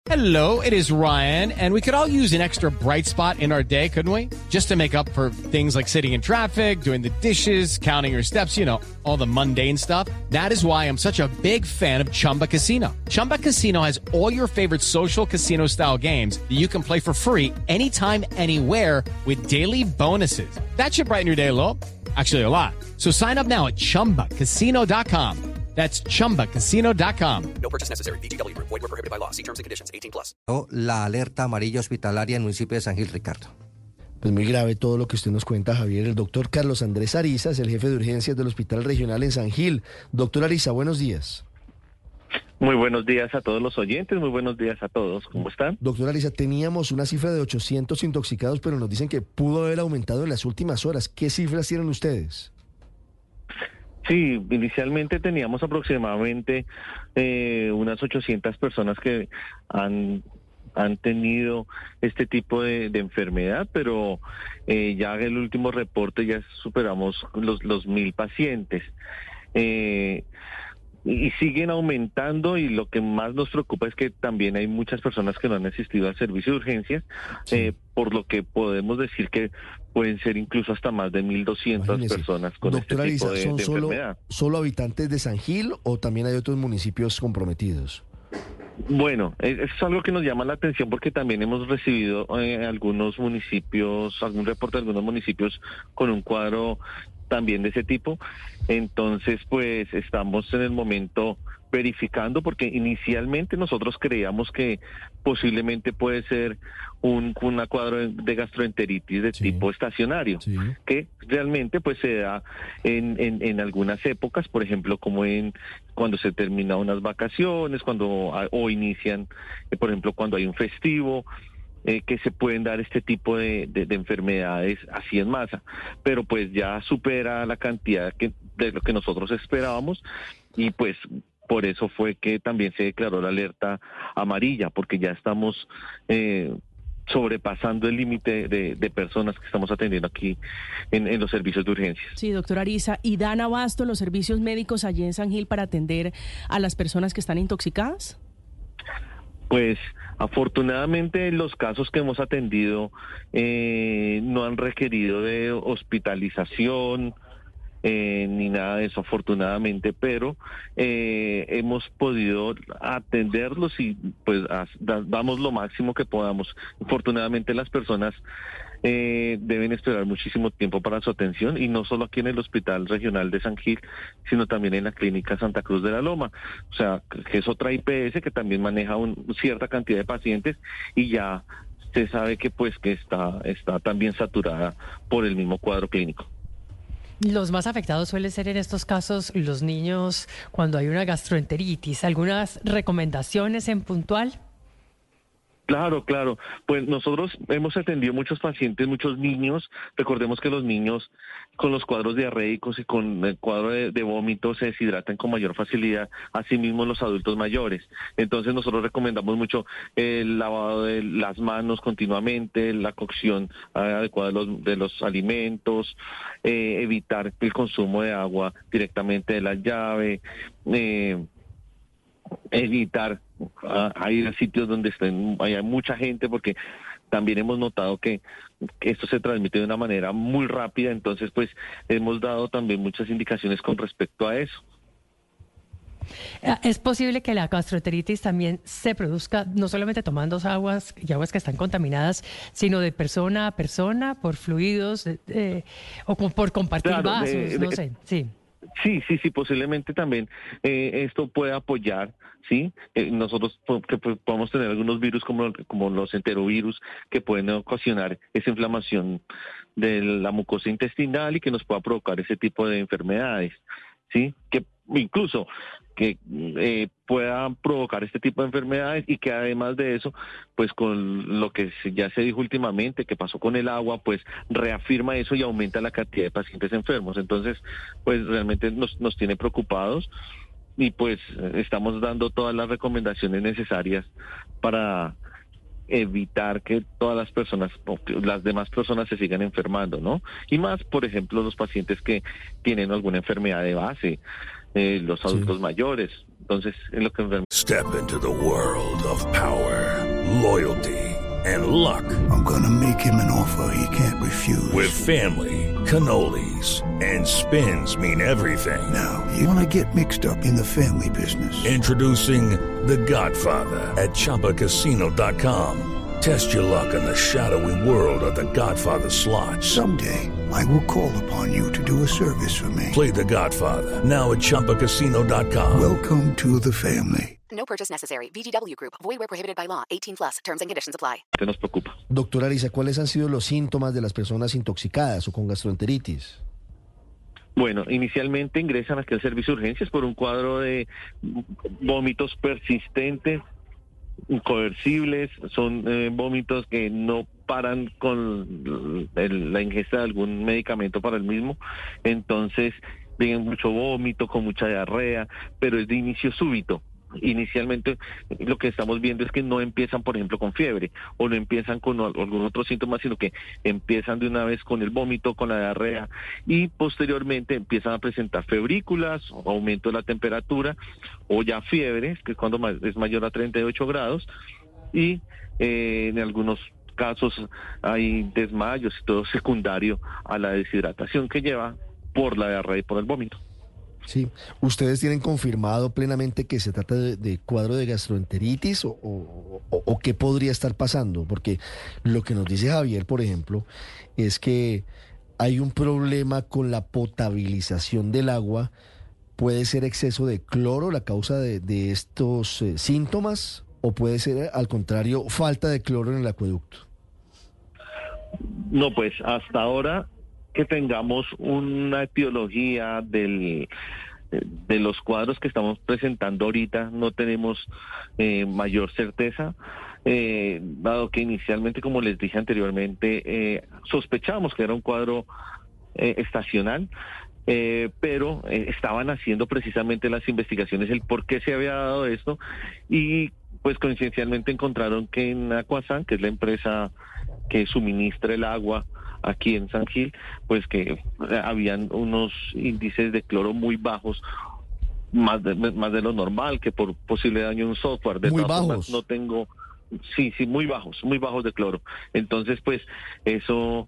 Hello, it is Ryan, and we could all use an extra bright spot in our day, couldn't we? Just to make up for things like sitting in traffic, doing the dishes, counting your steps, you know, all the mundane stuff. That is why I'm such a big fan of Chumba Casino. Chumba Casino has all your favorite social casino-style games that you can play for free anytime, anywhere with daily bonuses. That should brighten your day a little. Actually, a lot. So sign up now at ChumbaCasino.com. That's ChumbaCasino.com. No purchase necessary. VGW Group. Void where prohibited by law. See terms and conditions. 18+. La alerta amarilla hospitalaria en el municipio de San Gil, Ricardo. Pues muy grave todo lo que usted nos cuenta, Javier. El doctor Carlos Andrés Ariza es el jefe de urgencias del Hospital Regional en San Gil. Doctor Ariza, buenos días. Muy buenos días a todos los oyentes, muy buenos días a todos. ¿Cómo están? Doctor Ariza, teníamos una cifra de 800 intoxicados, pero nos dicen que pudo haber aumentado en las últimas horas. ¿Qué cifras tienen ustedes? Sí, inicialmente teníamos aproximadamente unas 800 personas que han tenido este tipo de enfermedad, pero ya en el último reporte ya superamos los 1,000 pacientes. Y siguen aumentando, y lo que más nos preocupa es que también hay muchas personas que no han asistido al servicio de urgencias, sí. Por lo que podemos decir que pueden ser incluso hasta más de 1,200 personas con Doctora este tipo Ariza, de ¿son enfermedad. solo habitantes de San Gil o también hay otros municipios comprometidos? Bueno, es algo que nos llama la atención porque también hemos recibido algunos municipios, algún reporte de algunos municipios con un cuadro también de ese tipo. Entonces, pues estamos en el momento verificando, porque inicialmente nosotros creíamos que posiblemente puede ser un cuadro de gastroenteritis de tipo estacionario, que realmente pues se da en algunas épocas, por ejemplo, como cuando se terminan unas vacaciones, o inician, por ejemplo, cuando hay un festivo, que se pueden dar este tipo de enfermedades así en masa, pero pues ya supera la cantidad de lo que nosotros esperábamos, y pues por eso fue que también se declaró la alerta amarilla, porque ya estamos sobrepasando el límite de personas que estamos atendiendo aquí en los servicios de urgencias. Sí, doctor Ariza, ¿y dan abasto los servicios médicos allí en San Gil para atender a las personas que están intoxicadas? Pues afortunadamente los casos que hemos atendido no han requerido de hospitalización ni nada de eso, afortunadamente, pero hemos podido atenderlos y pues damos lo máximo que podamos. Afortunadamente las personas deben esperar muchísimo tiempo para su atención, y no solo aquí en el Hospital Regional de San Gil, sino también en la Clínica Santa Cruz de la Loma, o sea, que es otra IPS que también maneja cierta cantidad de pacientes, y ya se sabe que pues que está también saturada por el mismo cuadro clínico. Los más afectados suelen ser en estos casos los niños cuando hay una gastroenteritis. ¿Algunas recomendaciones en puntual? Claro. Pues nosotros hemos atendido muchos pacientes, muchos niños. Recordemos que los niños con los cuadros diarreicos y con el cuadro de vómito se deshidratan con mayor facilidad, asimismo los adultos mayores. Entonces nosotros recomendamos mucho el lavado de las manos continuamente, la cocción adecuada de los alimentos, evitar el consumo de agua directamente de la llave, evitar ir a sitios donde haya mucha gente, porque también hemos notado que esto se transmite de una manera muy rápida. Entonces pues hemos dado también muchas indicaciones con respecto a eso. ¿Es posible que la gastroenteritis también se produzca no solamente tomando aguas que están contaminadas, sino de persona a persona, por fluidos o por compartir vasos? No sé, sí. Sí, posiblemente también esto puede apoyar, ¿sí? Nosotros que podemos tener algunos virus como los enterovirus que pueden ocasionar esa inflamación de la mucosa intestinal y que nos pueda provocar ese tipo de enfermedades, ¿sí? Que incluso que puedan provocar este tipo de enfermedades, y que además de eso, pues con lo que ya se dijo últimamente, que pasó con el agua, pues reafirma eso y aumenta la cantidad de pacientes enfermos. Entonces, pues realmente nos tiene preocupados, y pues estamos dando todas las recomendaciones necesarias para evitar que todas las personas, las demás personas se sigan enfermando, ¿no? Y más, por ejemplo, los pacientes que tienen alguna enfermedad de base, los adultos mayores. Entonces, es lo que... Step into the world of power, loyalty, and luck. I'm gonna make him an offer he can't refuse. With family, cannolis, and spins mean everything. Now, you wanna get mixed up in the family business. Introducing The Godfather at ChumbaCasino.com. Test your luck in the shadowy world of The Godfather slot. Someday, I will call upon you to do a service for me. Play The Godfather, now at ChumbaCasino.com. Welcome to the family. No purchase necessary. VGW Group. Void where prohibited by law. 18+. Terms and conditions apply. ¿Qué nos preocupa? Doctora Arisa, ¿cuáles han sido los síntomas de las personas intoxicadas o con gastroenteritis? Bueno, inicialmente ingresan aquí al servicio de urgencias por un cuadro de vómitos persistentes, incoercibles, son vómitos que no paran con la ingesta de algún medicamento para el mismo, entonces vienen mucho vómito, con mucha diarrea, pero es de inicio súbito. Inicialmente lo que estamos viendo es que no empiezan, por ejemplo, con fiebre o no empiezan con algún otro síntoma, sino que empiezan de una vez con el vómito, con la diarrea y posteriormente empiezan a presentar febrículas, aumento de la temperatura o ya fiebre, que es cuando es mayor a 38 grados y en algunos casos hay desmayos y todo secundario a la deshidratación que lleva por la diarrea y por el vómito. Sí. ¿Ustedes tienen confirmado plenamente que se trata de cuadro de gastroenteritis o qué podría estar pasando? Porque lo que nos dice Javier, por ejemplo, es que hay un problema con la potabilización del agua. ¿Puede ser exceso de cloro la causa de estos síntomas o puede ser, al contrario, falta de cloro en el acueducto? No, pues hasta ahora que tengamos una etiología de los cuadros que estamos presentando ahorita, no tenemos mayor certeza, dado que inicialmente, como les dije anteriormente, sospechamos que era un cuadro estacional, pero estaban haciendo precisamente las investigaciones el por qué se había dado esto y pues coincidencialmente encontraron que en Acuasan, que es la empresa que suministra el agua aquí en San Gil, pues que habían unos índices de cloro muy bajos, más de lo normal, que por posible daño en un software. De muy todas bajos. Formas, no tengo, sí, muy bajos de cloro. Entonces, pues eso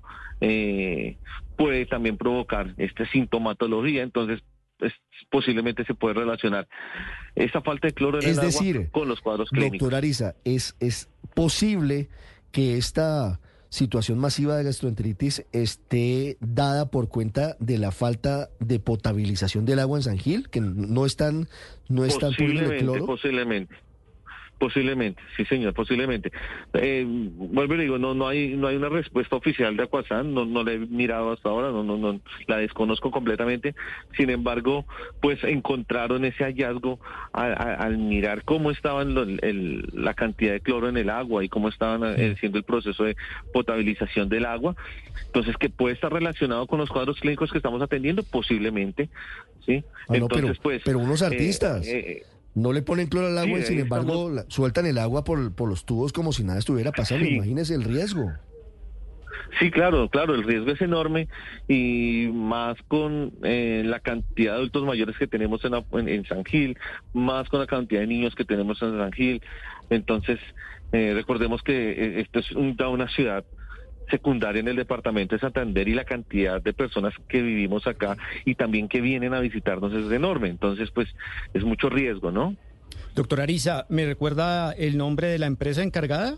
puede también provocar esta sintomatología. Entonces, posiblemente se puede relacionar esa falta de cloro en el agua con los cuadros clínicos. Doctor Arisa, ¿es posible que esta situación masiva de gastroenteritis esté dada por cuenta de la falta de potabilización del agua en San Gil, que no están poniendo cloro? Posiblemente, sí señor, posiblemente. Vuelvo y digo, no hay una respuesta oficial de Acuasan, no la he mirado hasta ahora, no la desconozco completamente. Sin embargo, pues encontraron ese hallazgo al mirar cómo estaban la cantidad de cloro en el agua y cómo estaban haciendo el proceso de potabilización del agua. Entonces, que puede estar relacionado con los cuadros clínicos que estamos atendiendo, posiblemente, sí. Entonces, pero unos artistas no le ponen cloro al agua y sin embargo sueltan el agua por los tubos como si nada estuviera pasando. Sí. Imagínese el riesgo. Sí, claro, el riesgo es enorme y más con la cantidad de adultos mayores que tenemos en San Gil, más con la cantidad de niños que tenemos en San Gil. Entonces, recordemos que esto es una ciudad secundaria en el departamento de Santander y la cantidad de personas que vivimos acá y también que vienen a visitarnos es enorme. Entonces, pues, es mucho riesgo, ¿no? Doctora Arisa, ¿me recuerda el nombre de la empresa encargada?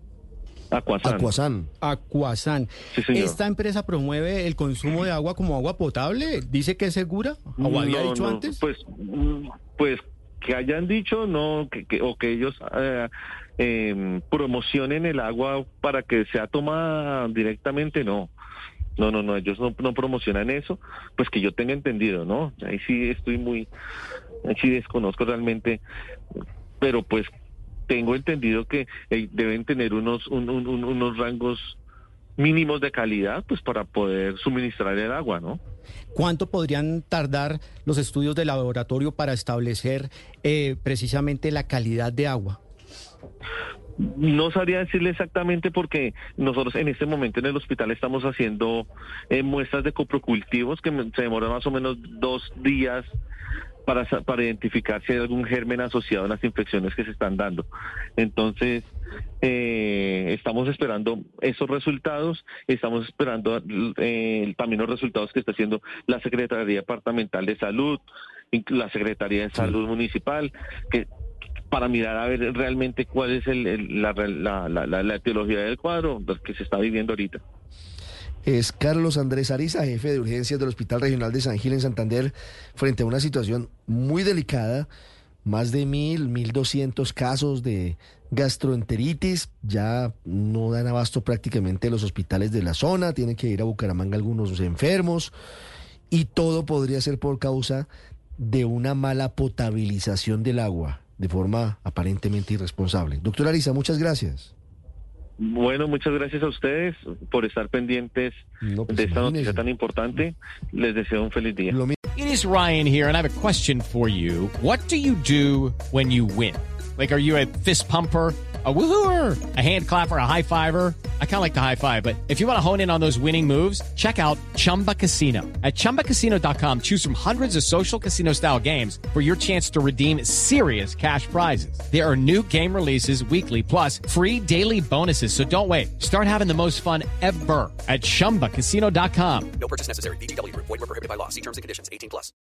Acuasan. Sí, señor. ¿Esta empresa promueve el consumo de agua como agua potable? ¿Dice que es segura? ¿O había dicho antes? Pues que hayan dicho, no, o que ellos promocionen el agua para que sea tomada directamente, no, ellos no promocionan eso, pues que yo tenga entendido, ¿no? Ahí sí sí desconozco realmente, pero pues tengo entendido que deben tener unos rangos mínimos de calidad, pues para poder suministrar el agua, ¿no? ¿Cuánto podrían tardar los estudios de laboratorio para establecer precisamente la calidad de agua? No sabría decirle exactamente porque nosotros en este momento en el hospital estamos haciendo muestras de coprocultivos que se demoran más o menos 2 días para identificar si hay algún germen asociado a las infecciones que se están dando. Entonces, Estamos esperando esos resultados, estamos esperando también los resultados que está haciendo la Secretaría Departamental de Salud, la Secretaría de Salud Municipal, para mirar a ver realmente cuál es la etiología del cuadro que se está viviendo ahorita. Es Carlos Andrés Ariza, jefe de urgencias del Hospital Regional de San Gil en Santander, frente a una situación muy delicada. Más de 1.200 casos de gastroenteritis, ya no dan abasto prácticamente los hospitales de la zona, tienen que ir a Bucaramanga algunos enfermos, y todo podría ser por causa de una mala potabilización del agua, de forma aparentemente irresponsable. Doctor Ariza, muchas gracias. Bueno, muchas gracias a ustedes por estar pendientes de esta noticia tan importante. Les deseo un feliz día. It is Ryan here, and I have a question for you. What do you do when you win? Like, are you a fist pumper, a woohooer, a hand clapper, a high fiver? I kind of like the high five, but if you want to hone in on those winning moves, check out Chumba Casino. At ChumbaCasino.com, choose from hundreds of social casino-style games for your chance to redeem serious cash prizes. There are new game releases weekly, plus free daily bonuses, so don't wait. Start having the most fun ever at ChumbaCasino.com. No purchase necessary. VGW Group. Void where prohibited by law. See terms and conditions. 18+.